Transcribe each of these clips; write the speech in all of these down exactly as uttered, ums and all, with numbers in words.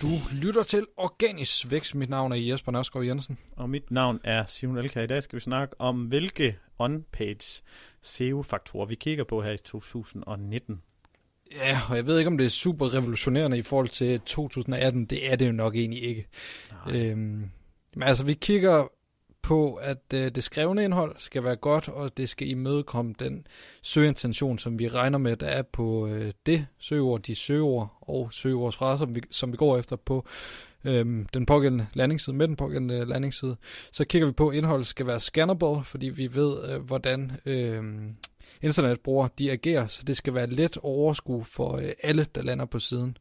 Du lytter til Organisk Vækst. Mit navn er Jesper Nørskov Jensen. Og mit navn er Simon Elkær. I dag skal vi snakke om, hvilke on-page S E O-faktorer vi kigger på her i to tusind nitten. Ja, og jeg ved ikke, om det er super revolutionerende i forhold til to tusind atten. Det er det jo nok egentlig ikke. Øhm, men altså, vi kigger på, at øh, det skrevne indhold skal være godt, og det skal imødekomme den søgeintention, som vi regner med, der er på øh, det søgeord, de søgeord og søgeordsfraser, som vi, som vi går efter på øh, den pågældende landingsside, med den pågældende landingsside. Så kigger vi på, at indholdet skal være scannable, fordi vi ved, øh, hvordan øh, internetbrugere de agerer, så det skal være let overskue for øh, alle, der lander på siden.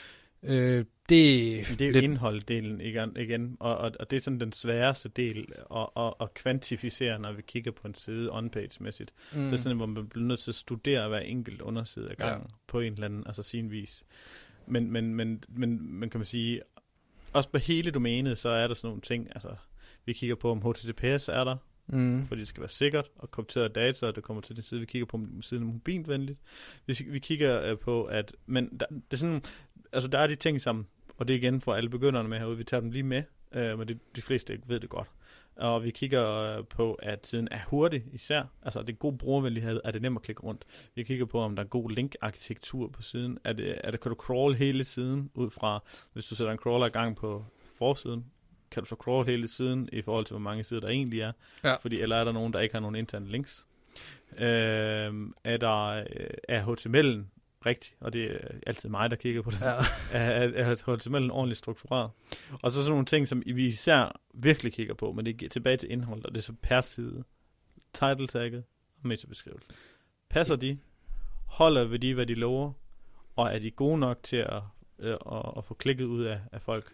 Øh, det, det er jo lidt indholddelen igen, igen og, og, og det er sådan den sværeste del at, at, at kvantificere, når vi kigger på en side on-page-mæssigt. Mm. Det er sådan, hvor man bliver nødt til at studere hver enkelt underside af gangen ja. På en eller anden, altså sin vis. Men, men, men, men, men kan man sige, også på hele domænet, så er der sådan nogle ting, altså vi kigger på, om H T T P S er der, mm. fordi det skal være sikkert og krypteret data, og det kommer til den side, vi kigger på, om siden er mobilvenligt. Vi, vi kigger uh, på, at, men der, det er sådan, altså der er de ting, som, og det er igen for alle begynderne med herude, vi tager dem lige med, øh, men det, de fleste ved det godt. Og vi kigger øh, på, at siden er hurtig især, altså det er god brugervenlighed, er det nemt at klikke rundt. Vi kigger på, om der er god link-arkitektur på siden, er det, er det, kan du crawl hele siden ud fra, hvis du sætter en crawler i gang på forsiden, kan du så crawl hele siden i forhold til, hvor mange sider der egentlig er, ja. Fordi, eller er der nogen, der ikke har nogen interne links. Øh, er der er H T M L'en rigtigt, og det er altid mig, der kigger på det, ja. er, er H T M L'en ordentligt struktureret. Og så sådan nogle ting, som vi især virkelig kigger på, men det er tilbage til indhold, og det er så per side, title tagget og metabeskrivelsen. Passer de? Holder ved de, hvad de lover? Og er de gode nok til at, øh, at, at få klikket ud af, af folk?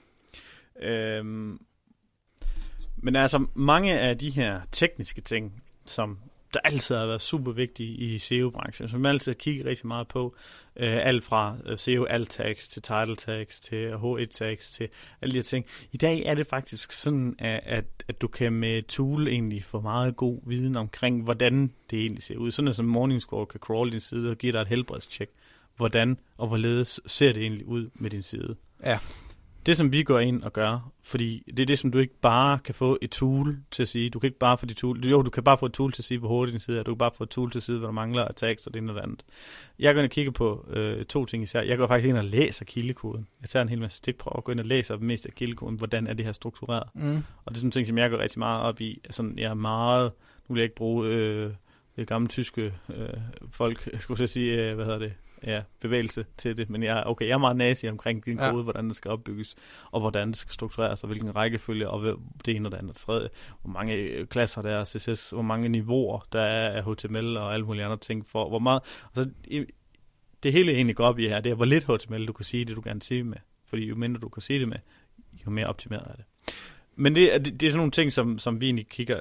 Øhm, men altså, mange af de her tekniske ting, som der altid har været super vigtige i S E O-branchen, som man altid har kigget rigtig meget på. Øh, alt fra øh, S E O alt tags til title tags til H et tags til alle de her ting. I dag er det faktisk sådan, at, at, at du kan med tool egentlig få meget god viden omkring, hvordan det egentlig ser ud. Sådan som Morningscore kan crawl din side og give dig et helbredstjek. Hvordan og hvorledes ser det egentlig ud med din side. Ja. Det, som vi går ind og gør, fordi det er det, som du ikke bare kan få et tool til at sige. Du kan ikke bare få et tool. Jo, du kan bare få et tool til at sige, hvor hurtigt din side er. Du kan bare få et tool til at sige, hvor der mangler tags og det ene og det andet. Jeg går ind og kigger på øh, to ting især. Jeg går faktisk ind og læser kildekoden. Jeg tager en hel masse stikprøver og går ind og læser mest af kildekoden. Hvordan er det her struktureret? Mm. Og det er sådan en ting, som jeg går rigtig meget op i. Sådan, jeg er meget... Nu vil jeg ikke bruge øh, det gamle tyske øh, folk. Jeg skulle sige, øh, hvad hedder det? Ja, bevægelse til det, men jeg, okay, jeg er meget nazi omkring din kode, ja. Hvordan det skal opbygges, og hvordan det skal struktureres, og hvilken rækkefølge, og det ene og det andet tredje, hvor mange klasser der er, C S S, hvor mange niveauer der er af H T M L og alle mulige andre ting, for hvor meget, altså det hele egentlig går op i her, det er, hvor lidt H T M L du kan sige det, du gerne sige med, fordi jo mindre du kan sige det med, jo mere optimeret er det. Men det er, det er sådan nogle ting, som, som vi egentlig kigger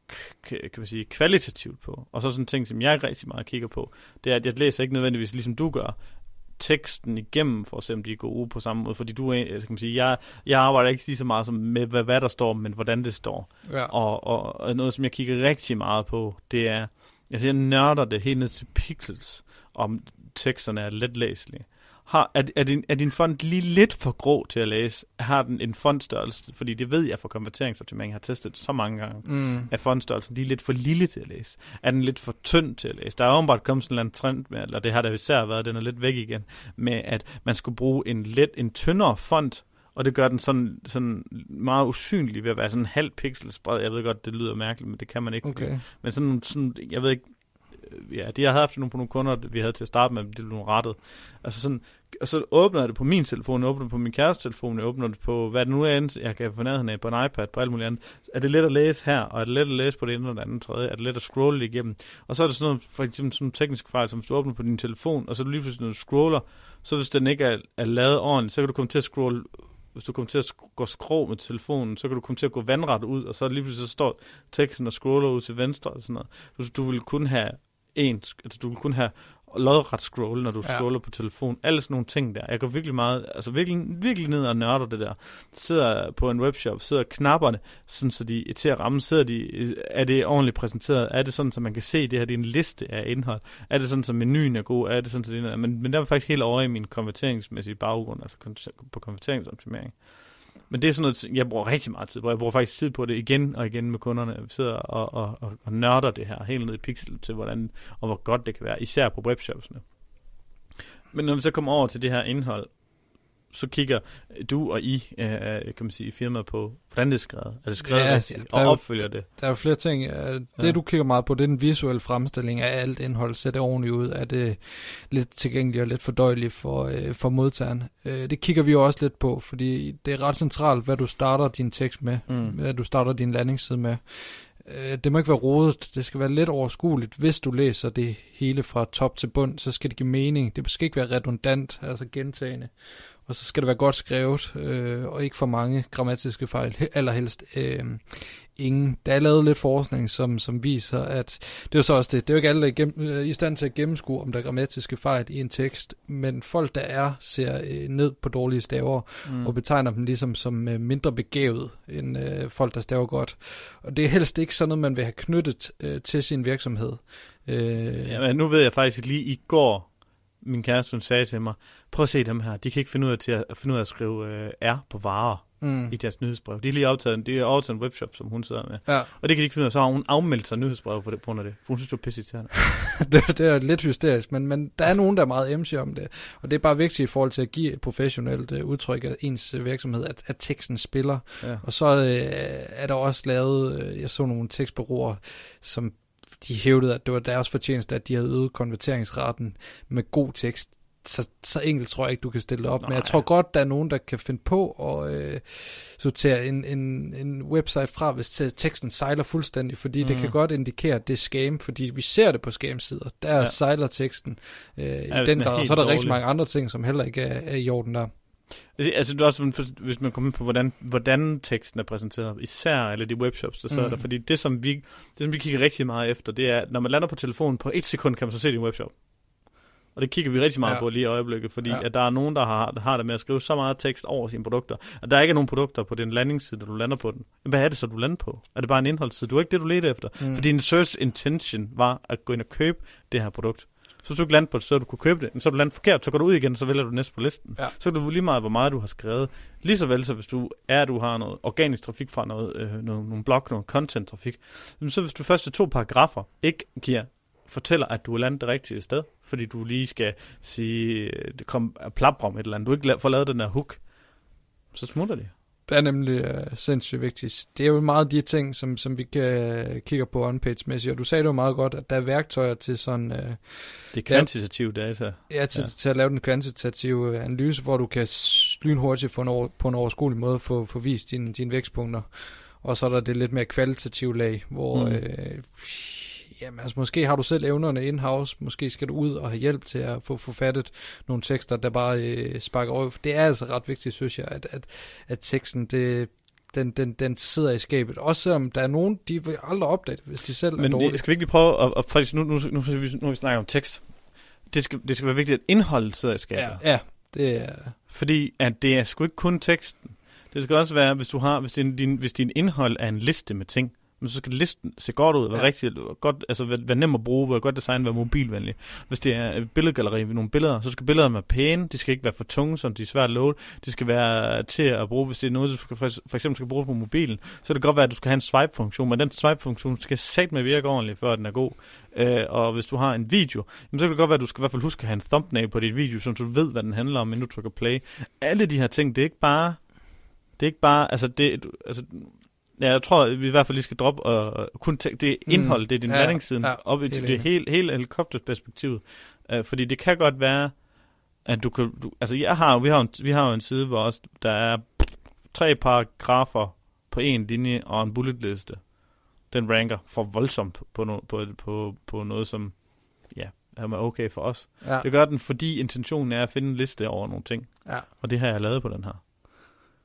kan man sige, kvalitativt på. Og så sådan ting, som jeg rigtig meget kigger på, det er, at jeg læser ikke nødvendigvis, ligesom du gør, teksten igennem, for at se, om de er gode på samme måde. Fordi du er, kan man sige, jeg, jeg arbejder ikke lige så meget som med, hvad, hvad der står, men hvordan det står. Ja. Og, og, og noget, som jeg kigger rigtig meget på, det er, altså jeg nørder det helt ned til pixels, om teksterne er letlæselige. Har, er, er, din, er din font lige lidt for grå til at læse? Har den en fontstørrelse? Fordi det ved jeg fra konverteringsoptimering, har testet så mange gange. Mm. Er fontstørrelsen lige lidt for lille til at læse? Er den lidt for tynd til at læse? Der er åbenbart kommet sådan en eller anden trend med, eller det har der især været, den er lidt væk igen, med at man skulle bruge en let, en tyndere font, og det gør den sådan, sådan meget usynlig ved at være sådan en halv pixels bred. Jeg ved godt, det lyder mærkeligt, men det kan man ikke. Okay. Men sådan, sådan, jeg ved ikke, ja, det jeg havde haft nogle på nogle kunder, vi havde til at starte med, det blev nogle rettet. Altså sådan, og så åbner jeg det på min telefon, jeg åbner det på min kærestes telefon, jeg åbner det på, hvad det nu er, jeg kan få nærheden af, på en iPad, på alt muligt andet. Er det let at læse her, og er det let at læse på det ene eller det andet tredje? Er det let at scrolle igennem? Og så er det sådan noget, for eksempel sådan en teknisk fejl, som hvis du åbner på din telefon, og så er du lige pludselig, når du scroller, så hvis den ikke er, er lavet ordentligt, så kan du komme til at scrolle, hvis du kommer til at gå skrå med telefonen, så kan du komme til at gå vandret ud, og så lige pludselig så står teksten og scroller ud til venstre og sådan noget. Du, du vil kun have en, altså du vil kun have lodret scroll, når du ja. scroller på telefon. Alle sådan nogle ting der. Jeg går virkelig meget, altså virkelig, virkelig ned og nørder det der. Sidder på en webshop, sidder knapperne, sådan så de til at ramme, sidder de, er det ordentligt præsenteret? Er det sådan, så man kan se, det her det er en liste af indhold? Er det sådan, så menuen er god? Er det sådan, så det er, men, men der er faktisk helt over i min konverteringsmæssige baggrund, altså på konverteringsoptimering. Men det er sådan noget, jeg bruger rigtig meget tid på. Jeg bruger faktisk tid på det igen og igen med kunderne. Vi sidder og, og, og, og nørder det her helt ned i pixel til, hvordan og hvor godt det kan være, især på webshopsene. Men når vi så kommer over til det her indhold, så kigger du og I, øh, kan man sige, i firmaet på, hvordan det er skrevet. Er det skrevet ja, rigtigt, og jo, opfølger det? Der er jo flere ting. Det, ja. du kigger meget på, det er den visuelle fremstilling af alt indhold. Ser det ordentligt ud? Er det lidt tilgængeligt og lidt fordøjeligt for, øh, for modtageren? Øh, det kigger vi jo også lidt på, fordi det er ret centralt, hvad du starter din tekst med, mm. hvad du starter din landingsside med. Øh, det må ikke være rodet. Det skal være lidt overskueligt. Hvis du læser det hele fra top til bund, så skal det give mening. Det skal ikke være redundant, altså gentagende. Og så skal det være godt skrevet, øh, og ikke for mange grammatiske fejl, allerhelst øh, ingen. Der er lavet lidt forskning, som, som viser, at det er jo så også det, det er jo ikke alle, der er gennem, i stand til at gennemskue, om der er grammatiske fejl i en tekst, men folk, der er, ser øh, ned på dårlige staver, mm. og betegner dem ligesom som øh, mindre begavet, end øh, folk, der staver godt. Og det er helst ikke sådan noget, man vil have knyttet øh, til sin virksomhed. Øh, ja, men nu ved jeg faktisk lige i går, min kæreste, hun sagde til mig, prøv at se dem her, de kan ikke finde ud af, til at, finde ud af at skrive øh, R på varer mm. i deres nyhedsbrev. De er lige aftaget, det er aftaget en webshop, som hun sidder med. Ja. Og det kan de ikke finde ud af, så har hun afmeldt sig nyhedsbrev på det, på grund af det. For hun synes, det var pisseirriterende. det, det er lidt hysterisk, men, men der er nogen, der er meget emsig om det. Og det er bare vigtigt i forhold til at give et professionelt uh, udtryk af ens uh, virksomhed, at, at teksten spiller. Ja. Og så uh, er der også lavet, uh, jeg så nogle tekstbureauer, som de hævdede, at det var deres fortjeneste, at de havde øget konverteringsraten med god tekst. Så, så enkelt tror jeg ikke, du kan stille det op. Nej. Men jeg tror godt, der er nogen, der kan finde på at øh, sortere en, en, en website fra, hvis teksten sejler fuldstændig, fordi mm. det kan godt indikere, at det er scam, fordi vi ser det på scam-sider. Der ja. sejler teksten øh, ja, i den grad, og så er der dårlig. Rigtig mange andre ting, som heller ikke er, er i orden der. Altså, det er også, hvis man kommer ind på, hvordan, hvordan teksten er præsenteret, især eller de webshops, der sidder mm. der, fordi det som, vi, det, som vi kigger rigtig meget efter, det er, når man lander på telefonen, på et sekund kan man så se din webshop. Og det kigger vi rigtig meget ja. på lige i øjeblikket, fordi ja. at der er nogen, der har, der har det med at skrive så meget tekst over sine produkter, at der ikke er nogen produkter på din landingsside, når du lander på den. Hvad er det så, du lander på? Er det bare en indholdsside? Du er ikke det, du leder efter. Mm. Fordi din search intention var at gå ind og købe det her produkt. Så hvis du ikke lander på et sted, du kunne købe det, så er du landet forkert, så går du ud igen, så vælger du næste på listen. Ja. Så er du lige meget, hvor meget du har skrevet. Lige så vel, så hvis du er, du har noget organisk trafik fra noget, øh, noget, nogle blog, noget content-trafik, så hvis du første to paragrafer ikke giver, fortæller, at du er landet det rigtige sted, fordi du lige skal sige, det kom plapper om et eller andet, du ikke får lavet den der hook, så smutter det. Det er nemlig uh, sindssygt vigtigt. Det er jo meget de ting, som, som vi kan uh, kigge på on-page-mæssigt, og du sagde det jo meget godt, at der er værktøjer til sådan... Uh, det er kvantitative data. Ja, til, ja. til at lave den kvantitative analyse, hvor du kan lynhurtigt på en, over, på en overskuelig måde få, få vist dine, dine vækstpunkter. Og så er der det lidt mere kvalitative lag, hvor... Mm. Uh, Jamen, altså, måske har du selv evnerne in-house, måske skal du ud og have hjælp til at få forfattet nogle tekster, der bare øh, sparker over. Det er altså ret vigtigt, synes jeg, at, at, at teksten, det, den, den, den sidder i skabet. Også selvom der er nogen, de vil aldrig opdage det, hvis de selv Men er dårlige. Men skal vi ikke lige prøve at, at faktisk, nu, nu, nu, nu, nu vi snakker om tekst, det skal, det skal være vigtigt, at indholdet sidder i skabet. Ja, ja, det er... Fordi at det er sgu ikke kun teksten. Det skal også være, hvis du har, hvis din, din, hvis din indhold er en liste med ting, men så skal listen se godt ud, være ja. rigtig godt, altså være, være nem at bruge, være godt design, være mobilvenlig. Hvis det er et billedgalleri med nogle billeder, så skal billederne være pæne, de skal ikke være for tunge, som de er svært at load, de skal være til at bruge, hvis det er noget, du skal, for eksempel skal bruge på mobilen, så kan det godt være, at du skal have en swipe-funktion, men den swipe-funktion skal sat med virke ordentligt, før den er god. Øh, og hvis du har en video, så kan det godt være, at du skal i hvert fald huske at have en thumbnail på dit video, så du ved, hvad den handler om, inden du trykker play. Alle de her ting, det er ikke bare, det er ikke bare, altså det, altså ja, jeg tror, at vi i hvert fald lige skal droppe og, og kun tænke, det er indhold, mm. det er din ja, landingssiden, ja, op i det er helt, helt helikopterperspektivet. Uh, fordi det kan godt være, at du kan, du, altså jeg har, vi har en, vi har jo en side, hvor også, der er tre paragrafer på en linje og en bulletliste. Den ranker for voldsomt på, no, på, på, på noget, som ja, er okay for os. Ja. Det gør den, fordi intentionen er at finde en liste over nogle ting. Ja. Og det har jeg lavet på den her.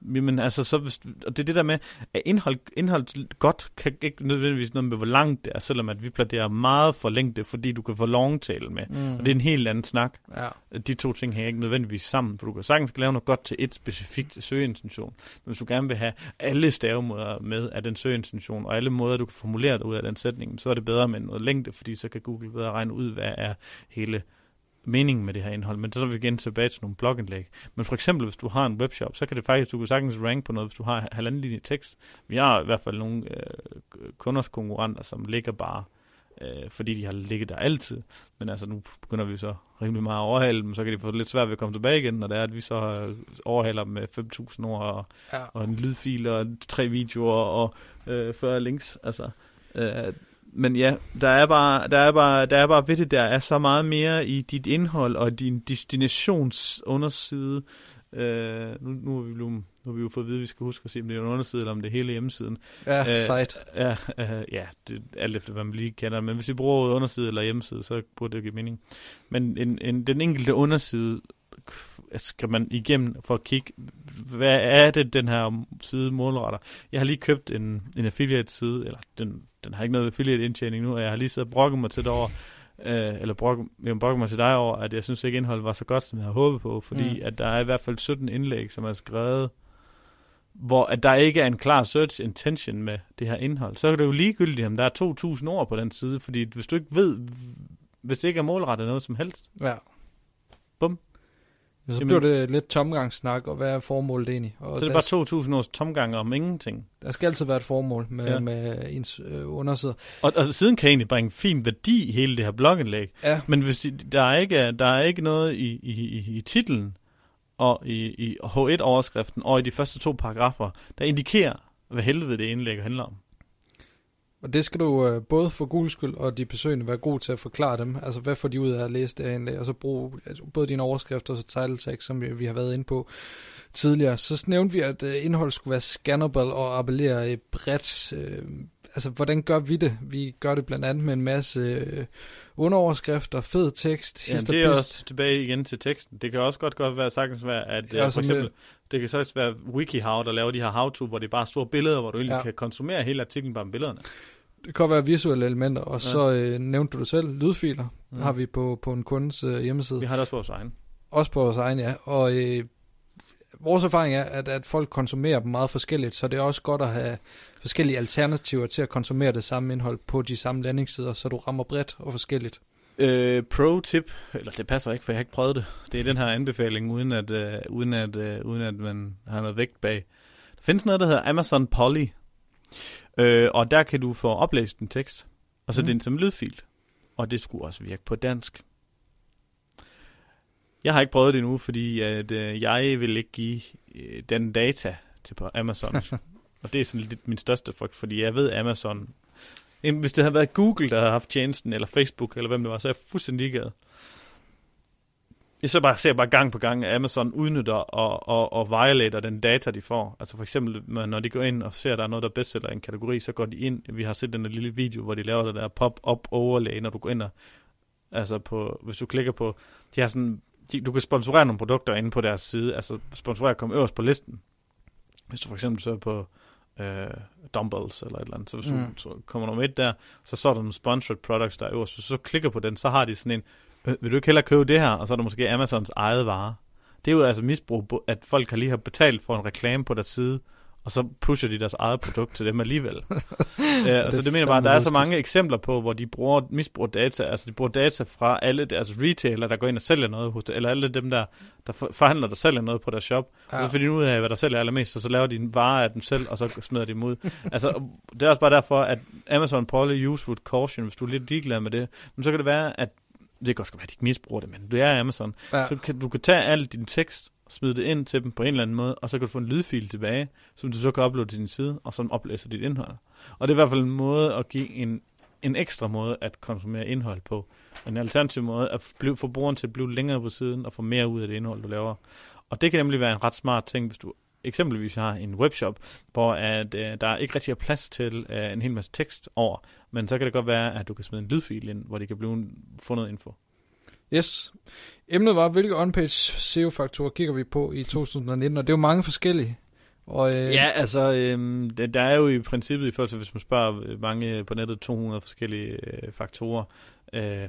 Jamen, altså, så, hvis, og det er det der med, at indhold, indhold godt kan ikke nødvendigvis noget med, hvor langt det er, selvom at vi pladerer meget for længde, fordi du kan få longtail med. Mm. Og det er en helt anden snak. Ja. De to ting hænger ikke nødvendigvis sammen, for du kan sagtens lave noget godt til et specifikt søgeintention. Men hvis du gerne vil have alle stavemåder med af den søgeintention, og alle måder, du kan formulere dig ud af den sætning, så er det bedre med noget længde, fordi så kan Google bedre regne ud, hvad er hele meningen med det her indhold, men så er vi igen tilbage til nogle blogindlæg. Men for eksempel, hvis du har en webshop, så kan det faktisk, du kan sagtens rank på noget, hvis du har halvanden linje tekst. Vi har i hvert fald nogle øh, kunders konkurrenter, som ligger bare, øh, fordi de har ligget der altid. Men altså, nu begynder vi så rimelig meget at overhale dem, så kan de få lidt svært ved at komme tilbage igen, når det er, at vi så overhaler dem med fem tusind ord, og, ja. og en lydfil, og tre videoer, og øh, fyrre links. Altså, øh, Men ja, der er bare, der er bare, der er bare ved det, der er så meget mere i dit indhold og din destinationsunderside. Øh, nu, nu, har vi jo, nu har vi jo fået at vide, at vi skal huske at se, om det er en underside, eller om det er hele hjemmesiden. Ja, øh, site. Ja, øh, ja det, alt efter, hvad man lige kender. Men hvis vi bruger underside eller hjemmeside, så burde det give mening. Men en, en, den enkelte underside skal man igennem for at kigge, hvad er det, den her side målretter. Jeg har lige købt en, en affiliate-side, eller den, den har ikke noget affiliate-indtjening nu, og jeg har lige siddet og brokket mig til det over, øh, eller brokket, jeg brokket mig til dig over, at jeg synes ikke, indholdet var så godt, som jeg havde håbet på, fordi mm. at der er i hvert fald sytten indlæg, som er skrevet, hvor at der ikke er en klar search intention med det her indhold. Så er det jo ligegyldigt, om der er to tusind ord på den side, fordi hvis du ikke ved, hvis det ikke er målrettet noget som helst, ja. Bum. Så Jamen, bliver det lidt tomgangssnak, og hvad er formålet egentlig? Og så det er bare to tusind års tomgang om ingenting. Der skal altid være et formål med, ja. med ens øh, underside. Og, og siden kan egentlig bringe fin værdi hele det her blogindlæg. Ja. Men hvis der er ikke der er ikke noget i, i, i, i titlen og i, i H et overskriften og i de første to paragrafer, der indikerer, hvad helvede det indlæg handler om. Og det skal du øh, både for Googles skyld og de besøgende være god til at forklare dem. Altså, hvad får de ud af at læse det her indlæg? Og så bruge altså, både dine overskrifter og så title text, som vi, vi har været inde på tidligere. Så nævnte vi, at øh, indholdet skulle være scannable og appellere øh, bredt. Øh, altså, hvordan gør vi det? Vi gør det blandt andet med en masse øh, underoverskrifter, fed tekst. Ja, det er også tilbage igen til teksten. Det kan også godt, godt være sagtens være, at ja, for eksempel, med, det kan så også være WikiHow, der laver de her how-to, hvor det er bare store billeder, hvor du egentlig ja. kan konsumere hele artiklen bare med billederne. Det kan være visuelle elementer, og ja. så øh, nævnte du det selv, lydfiler mm. har vi på, på en kundes øh, hjemmeside. Vi har det også på vores egen. Også på vores egen, ja. Og øh, vores erfaring er, at, at folk konsumerer dem meget forskelligt, så det er også godt at have forskellige alternativer til at konsumere det samme indhold på de samme landingssider, så du rammer bredt og forskelligt. Øh, pro-tip, eller det passer ikke, for jeg har ikke prøvet det. Det er den her anbefaling, uden at, øh, uden at, øh, uden at man har noget vægt bag. Der findes noget, der hedder Amazon Polly. Øh, og der kan du få oplæst en tekst, og så mm. den som lydfil. Og det skulle også virke på dansk. Jeg har ikke prøvet det endnu, fordi at, øh, jeg vil ikke give øh, den data til på Amazon. Og det er sådan lidt min største frygt, fordi jeg ved Amazon. Hvis det havde været Google, der havde haft tjenesten, eller Facebook, eller hvem det var, så er jeg fuldstændig ligeglad. Jeg så bare, ser bare gang på gang, at Amazon udnytter og, og, og violater den data, de får. Altså for eksempel, når de går ind og ser, at der er noget, der bestseller i en kategori, så går de ind. Vi har set den der lille video, hvor de laver det der pop-up overlay, når du går ind og, altså på, hvis du klikker på, de har sådan, de, du kan sponsorere nogle produkter inde på deres side, altså sponsorere kommer øverst på listen. Hvis du for eksempel søger på øh, dumbbells eller et eller andet, så hvis mm. du så kommer nummer et der, så så er der nogle sponsored products, der er øverst. Hvis du så klikker på den, så har de sådan en, vil du ikke hellere købe det her, og så er der måske Amazons eget vare. Det er jo altså misbrug, at folk kan lige have betalt for en reklame på deres side, og så pusher de deres eget produkt til dem alligevel. ja, altså det mener bare, at der er så mange eksempler på, hvor de bruger misbruger data, altså de bruger data fra alle deres retailer, der går ind og sælger noget hos det, eller alle dem, der, der forhandler, der sælger noget på deres shop, ja. Og så finder de ud af, hvad der sælger allermest, og så laver de en vare af dem selv, og så smider de dem ud. Altså, det er også bare derfor, at Amazon Polly use with caution, hvis du er lidt ligeglad med det, men så kan det være, at det kan også være, at de ikke misbruger det, men du er Amazon. Ja. Så kan du kan tage al din tekst, smide det ind til dem på en eller anden måde, og så kan du få en lydfil tilbage, som du så kan uploade til din side, og så oplæser dit indhold. Og det er i hvert fald en måde at give en, en ekstra måde at konsumere indhold på. En alternativ måde at blive, få brugeren til at blive længere på siden, og få mere ud af det indhold, du laver. Og det kan nemlig være en ret smart ting, hvis du eksempelvis har en webshop, hvor at, øh, der ikke rigtig er plads til øh, en hel masse tekst over, men så kan det godt være, at du kan smide en lydfil ind, hvor de kan blive få noget info. Yes. Emnet var, hvilke on-page S E O-faktorer kigger vi på i to tusind nitten, og det er jo mange forskellige. Og, øh, ja, altså, øh, der er jo i princippet, i forhold til, hvis man spørger mange på nettet, to hundrede forskellige øh, faktorer. Øh,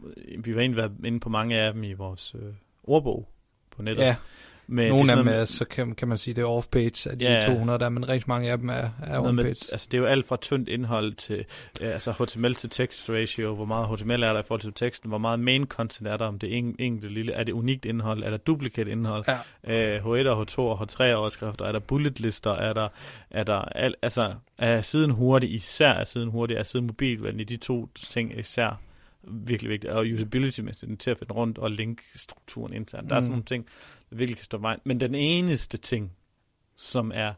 vi var egentlig været inde på mange af dem i vores øh, ordbog på nettet. Ja. Med nogle af dem med, er, så kan, kan man sige, det er off-page af de ja, to hundrede der, men rigtig mange af dem er, er on-page. Med, altså det er jo alt fra tyndt indhold til øh, altså H T M L til text ratio, hvor meget H T M L er der i forhold til teksten, hvor meget main content er der, om det er en, enkelte lille, er det unikt indhold, er der duplicate indhold, ja. øh, H et og H to og H tre overskrifter, er der bullet lister, er der, er der al, altså er siden hurtig, især er siden hurtig, er siden mobilvenlig, de to ting især virkelig vigtigt, og usability-mæssigt, til at finde rundt, og link-strukturen internt. Mm. Der er sådan nogle ting, der virkelig kan stå vejen. Men den eneste ting, som er,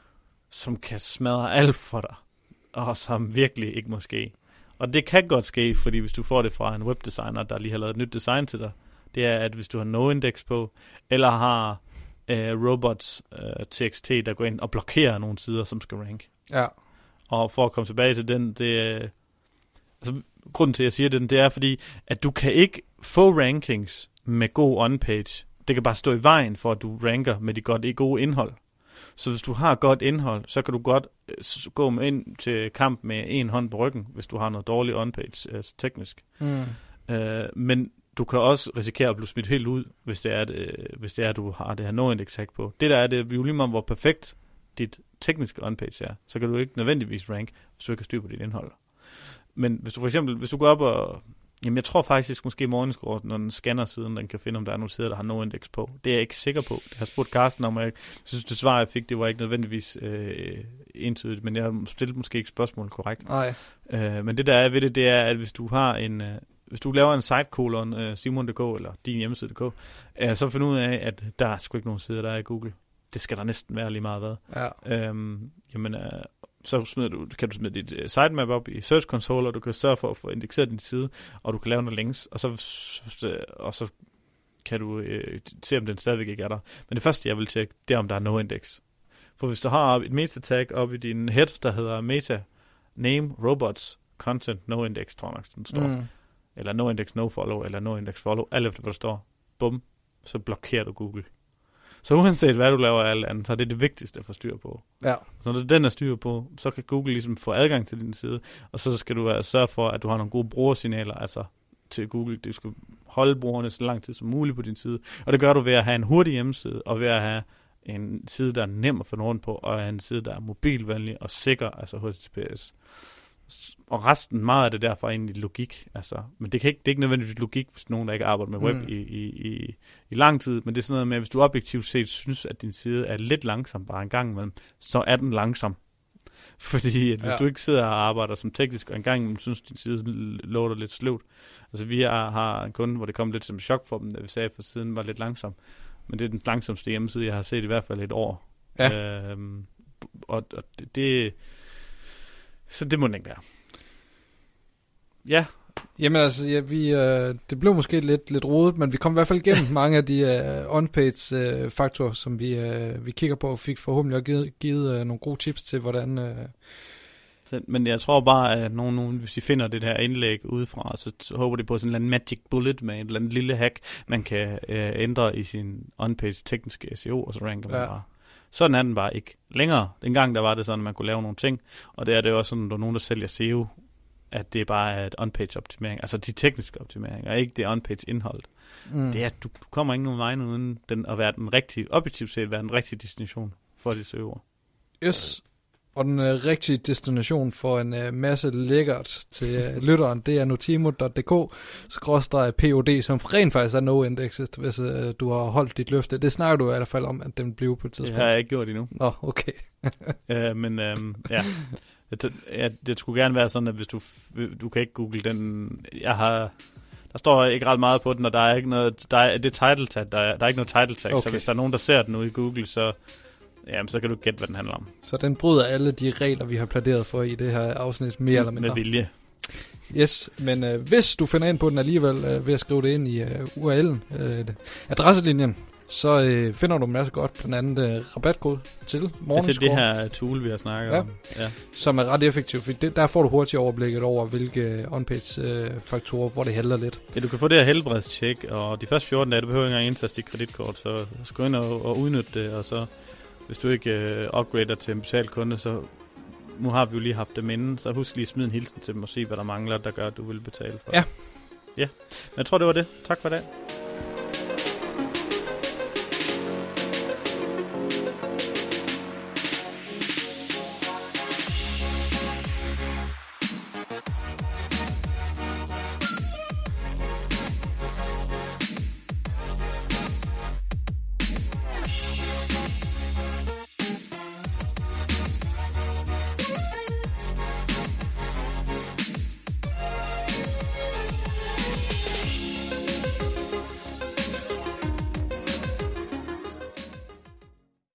som kan smadre alt for dig, og som virkelig ikke må ske, og det kan godt ske, fordi hvis du får det fra en webdesigner, der lige har lavet et nyt design til dig, det er, at hvis du har no-index på, eller har uh, robots uh, txt, der går ind og blokerer nogle sider, som skal rank. Ja. Og for at komme tilbage til den, det uh, altså, grunden til, at jeg siger det, det er fordi, at du kan ikke få rankings med god on-page. Det kan bare stå i vejen for, at du ranker med de godt, gode indhold. Så hvis du har godt indhold, så kan du godt uh, gå ind til kamp med en hånd på ryggen, hvis du har noget dårligt on-page, altså teknisk. Mm. Uh, men du kan også risikere at blive smidt helt ud, hvis det er, det, hvis det er at du har det her no-index tag på. Det der er det, jo lige meget hvor perfekt dit tekniske on-page er, så kan du ikke nødvendigvis rank, hvis du ikke har styr på dit indhold. Men hvis du for eksempel, hvis du går op og, jamen jeg tror faktisk måske Morningscore, når den scanner siden, den kan finde, om der er nogle sider, der har no-index på. Det er jeg ikke sikker på. Jeg har spurgt Carsten om, og jeg synes, det svar, jeg fik, det var ikke nødvendigvis øh, entydigt, men jeg har stillet måske ikke spørgsmålet korrekt. Nej. Øh, men det der er ved det, det er, at hvis du har en, øh, hvis du laver en sitekolon, øh, simon punktum d k, eller din hjemmeside punktum d k, øh, så find ud af, at der er sgu ikke nogen sider, der er i Google. Det skal der næsten være lige meget hvad. Ja. Øhm, jamen, øh, så smider du, kan du smide dit uh, sitemap op i Search Console, og du kan sørge for at få indekseret din side, og du kan lave nogle links, og så, og så kan du øh, se, om den stadigvæk ikke er der. Men det første, jeg vil tjekke, det er, om der er no-index. For hvis du har et meta-tag op i din head, der hedder meta, name, robots, content, no-index, tror jeg nok, den står. Mm. Eller no-index, no-follow, eller no-index, follow, alt efter, hvad der står. Bum, så blokerer du Google. Så uanset hvad du laver af alt andet, så er det det vigtigste at få styr på. Ja. Så når den er styr på, så kan Google ligesom få adgang til din side, og så skal du være, sørge for, at du har nogle gode brugersignaler, altså til Google. Du skal holde brugerne så lang tid som muligt på din side, og det gør du ved at have en hurtig hjemmeside, og ved at have en side, der er nem at finde rundt på, og en side, der er mobilvenlig og sikker, altså H T T P S. Og resten, meget af det derfor er egentlig logik. Altså, men det, kan ikke, det er ikke nødvendigvis logik, hvis nogen, der ikke arbejder med web mm. i, i, i, i lang tid. Men det er sådan noget med, at hvis du objektivt set synes, at din side er lidt langsom bare en gang imellem, så er den langsom. Fordi at hvis ja. du ikke sidder og arbejder som teknisk, og en gang imellem synes, din side låter lidt sløvt. Altså vi har, har en kunde, hvor det kom lidt som chok for dem, da vi sagde, at siden var lidt langsom. Men det er den langsomste hjemmeside, jeg har set i hvert fald et år. Ja. Øhm, og og det, det... Så det må den ikke være. Ja. Jamen altså, ja, vi, øh, det blev måske lidt, lidt rodet, men vi kom i hvert fald igennem mange af de øh, on-page øh, faktorer, som vi, øh, vi kigger på, og fik forhåbentlig også givet, givet øh, nogle gode tips til, hvordan... Øh... Så, men jeg tror bare, at nogen, nogen, hvis I finder det her indlæg udefra, så, så håber de på sådan en eller anden magic bullet med et eller andet lille hack, man kan øh, ændre i sin on-page tekniske S E O, og så ranker man ja. bare. Sådan er den bare ikke længere. Dengang der var det sådan, at man kunne lave nogle ting, og det er det også sådan, at der er nogen, der sælger S E O, at det bare er et on-page optimering, altså de tekniske optimeringer, ikke det on-page indhold. Mm. Det er, du, du kommer ikke nogen vej uden den, at være den rigtige, objektivt set, være den rigtige destination for de søger. Yes, og den uh, rigtige destination for en uh, masse lækkert til uh, lytteren, det er notimo punktum d k skråstreg P O D, som rent faktisk er no-indexet, hvis uh, du har holdt dit løfte. Det snakker du i hvert fald om, at den bliver på et tidspunkt. Det har jeg ikke gjort endnu. Nå, okay. uh, men um, ja... Det, ja, det skulle gerne være sådan, at hvis du du kan ikke google den, jeg har, der står ikke ret meget på den, og der er ikke noget, der er, det title tag, der er, der er ikke noget title tag, okay. Så hvis der er nogen, der ser den ude i Google, så, jamen, så kan du gætte, hvad den handler om. Så den bryder alle de regler, vi har pladeret for i det her afsnit, mere eller mindre. Med vilje. Yes, men øh, hvis du finder ind på den alligevel øh, ved at skrive det ind i øh, U R L'en, øh, adresselinjen, så øh, finder du en masse godt, blandt andet øh, rabatkode til Morningscore. Altså det her tool, vi har snakket ja. om. Ja. Som er ret effektivt, for det, der får du hurtigt overblikket over, hvilke on-page øh, faktorer, hvor det hælder lidt. Ja, du kan få det her helbredstjek, og de første fjorten dage, du behøver ikke engang indtaste dit kreditkort, så skriv ind og, og udnytte det, og så hvis du ikke øh, upgrader til en betalt kunde, så nu har vi jo lige haft dem inden, så husk lige at smide en hilsen til dem og se, hvad der mangler, der gør, at du vil betale for ja. det. Ja, men jeg tror, det var det. Tak for i dag.